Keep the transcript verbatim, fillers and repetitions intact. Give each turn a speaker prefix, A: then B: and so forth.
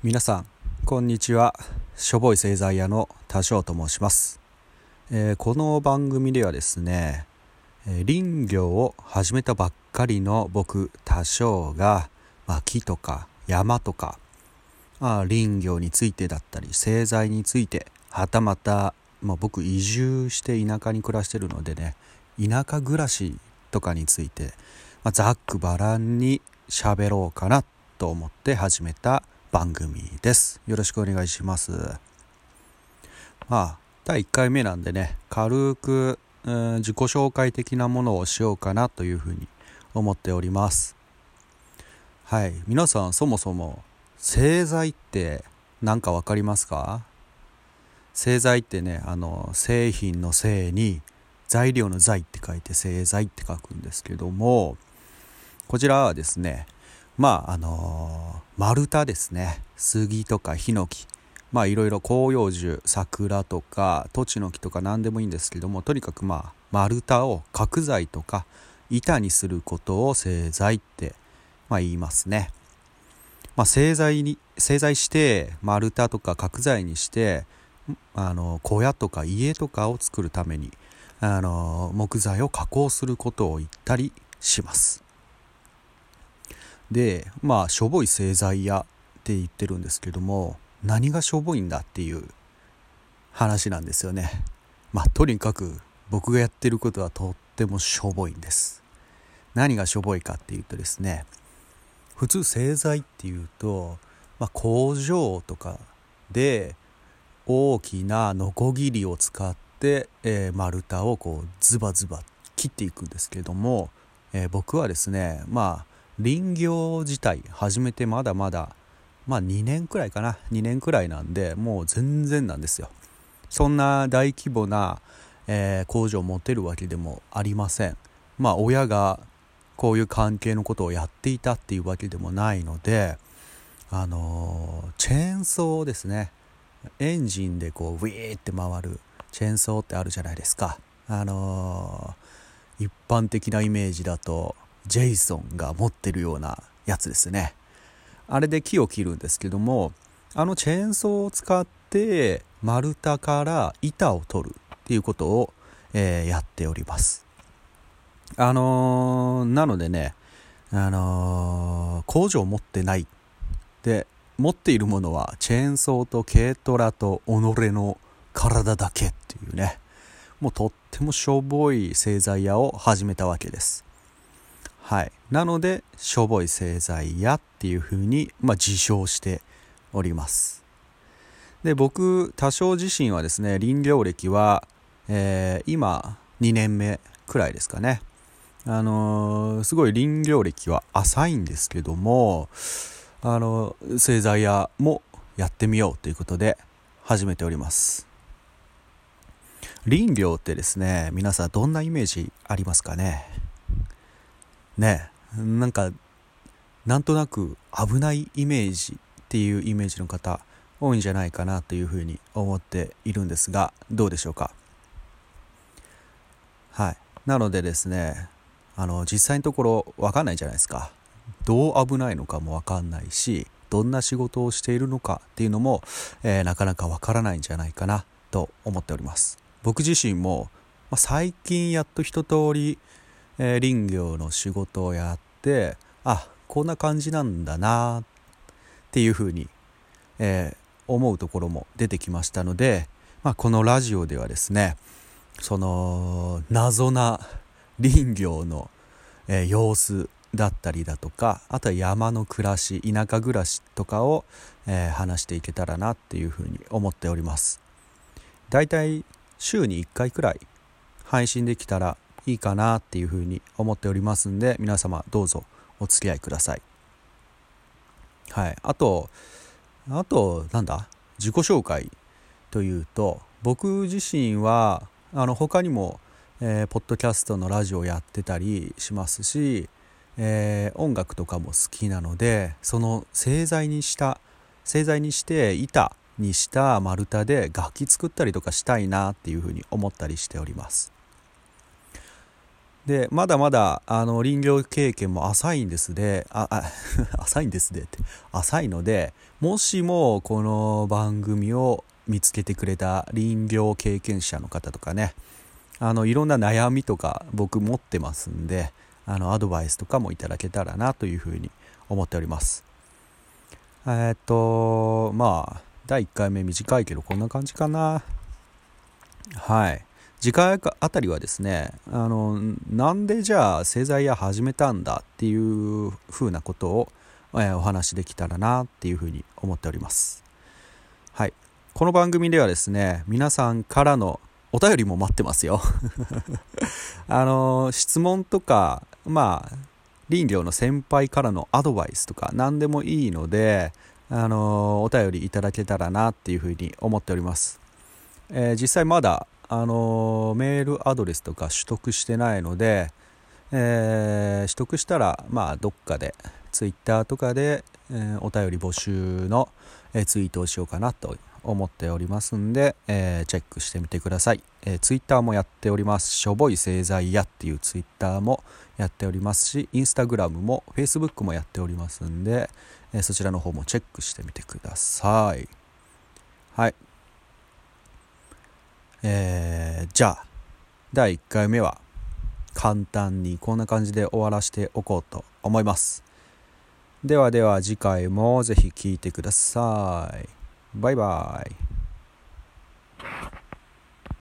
A: 皆さんこんにちは。しょぼい製材屋の多少と申します。えーこの番組ではですね、えー林業を始めたばっかりの僕多少が、まあ、木とか山とか、まあ、林業についてだったり製材について、はたまた、まあ、僕移住して田舎に暮らしてるのでね、田舎暮らしとかについて、まあ、ざっくばらんに喋ろうかなと思って始めた番組です。よろしくお願いします。まあだいいっかいめなんでね、軽く、うん、自己紹介的なものをしようかなというふうに思っております。はい、皆さんそもそも製材って何かわかりますか？製材ってね、あの製品の製に材料の材って書いて製材って書くんですけども、こちらはですね、まああの丸太ですね。杉とかヒノキ、まあいろいろ広葉樹、桜とかトチノキとか何でもいいんですけども、とにかくまあ丸太を角材とか板にすることを製材ってまあ言いますね。まあ製材に製材して丸太とか角材にして、あの小屋とか家とかを作るためにあの木材を加工することを言ったりします。で、まあしょぼい製材屋って言ってるんですけども、何がしょぼいんだっていう話なんですよね。まあとにかく僕がやってることはとってもしょぼいんです。何がしょぼいかっていうとですね、普通製材っていうと、まあ、工場とかで大きなノコギリを使って、えー丸太をこうズバズバ切っていくんですけども、えー僕はですね、まあ林業自体始めてまだまだまあにねんくらいかなにねんくらいなんで、もう全然なんですよ。そんな大規模な、えー工場を持てるわけでもありません。まあ親がこういう関係のことをやっていたっていうわけでもないので、あのーチェーンソーですね。エンジンでこうウィーって回るチェーンソーってあるじゃないですか。あのー一般的なイメージだとジェイソンが持ってるようなやつですね。あれで木を切るんですけども、あのチェーンソーを使って丸太から板を取るっていうことを、えーやっております。あのーなのでね、あのー工場を持ってないで、持っているものはチェーンソーと軽トラと己の体だけっていうね、もうとってもしょぼい製材屋を始めたわけです。はい、なのでしょぼい製材屋っていうふうに、まあ、自称しております。で、僕多少自身はですね、林業歴は、えー今にねんめくらいですかね。あのーすごい林業歴は浅いんですけども、あの製材屋もやってみようということで始めております。林業ってですね、皆さんどんなイメージありますかね。ね、なんかなんとなく危ないイメージっていうイメージの方多いんじゃないかなというふうに思っているんですが、どうでしょうか。はい、なのでですね、あの実際のところ分かんないじゃないですか。どう危ないのかも分かんないし、どんな仕事をしているのかっていうのも、えーなかなか分からないんじゃないかなと思っております。僕自身も、まあ、最近やっと一通り、えー林業の仕事をやって、あ、こんな感じなんだなっていうふうに、えー思うところも出てきましたので、まあ、このラジオではですね、その謎な林業の、えー様子だったりだとか、あとは山の暮らし、田舎暮らしとかを、えー話していけたらなっていうふうに思っております。だいたい週にいっかいくらい配信できたらいいかなっていうふうに思っておりますんで、皆様どうぞお付き合いください。はい、あとあとなんだ自己紹介というと、僕自身はあの他にも、えーポッドキャストのラジオやってたりしますし、えー音楽とかも好きなので、その製材にした製材にして板にした丸太で楽器作ったりとかしたいなっていうふうに思ったりしております。 でまだまだあの林業経験も浅いんですでああ浅いんですでって浅いので、もしもこの番組を見つけてくれた林業経験者の方とかね、あのいろんな悩みとか僕持ってますんで、あのアドバイスとかもいただけたらなというふうに思っております。えーっとまあだいいっかいめ短いけどこんな感じかな。はい、次回あたりはですね、あのなんでじゃあ製材屋始めたんだっていうふうなことを、えーお話できたらなっていうふうに思っております。はい、この番組ではですね、皆さんからのお便りも待ってますよあの質問とか、まあ林業の先輩からのアドバイスとか何でもいいので、あのお便りいただけたらなっていうふうに思っております。えー実際まだ、あのーメールアドレスとか取得してないので、えー取得したら、まあ、どっかでツイッターとかで、えーお便り募集の、えーツイートをしようかなと思っておりますんで、えーチェックしてみてください。えーツイッターもやっております。しょぼい製材屋っていうツイッターもやっておりますし、インスタグラムもフェイスブックもやっておりますんで、えーそちらの方もチェックしてみてください。はい、えー、じゃあだいいっかいめは簡単にこんな感じで終わらせておこうと思います。ではでは次回もぜひ聞いてください。バイバイ。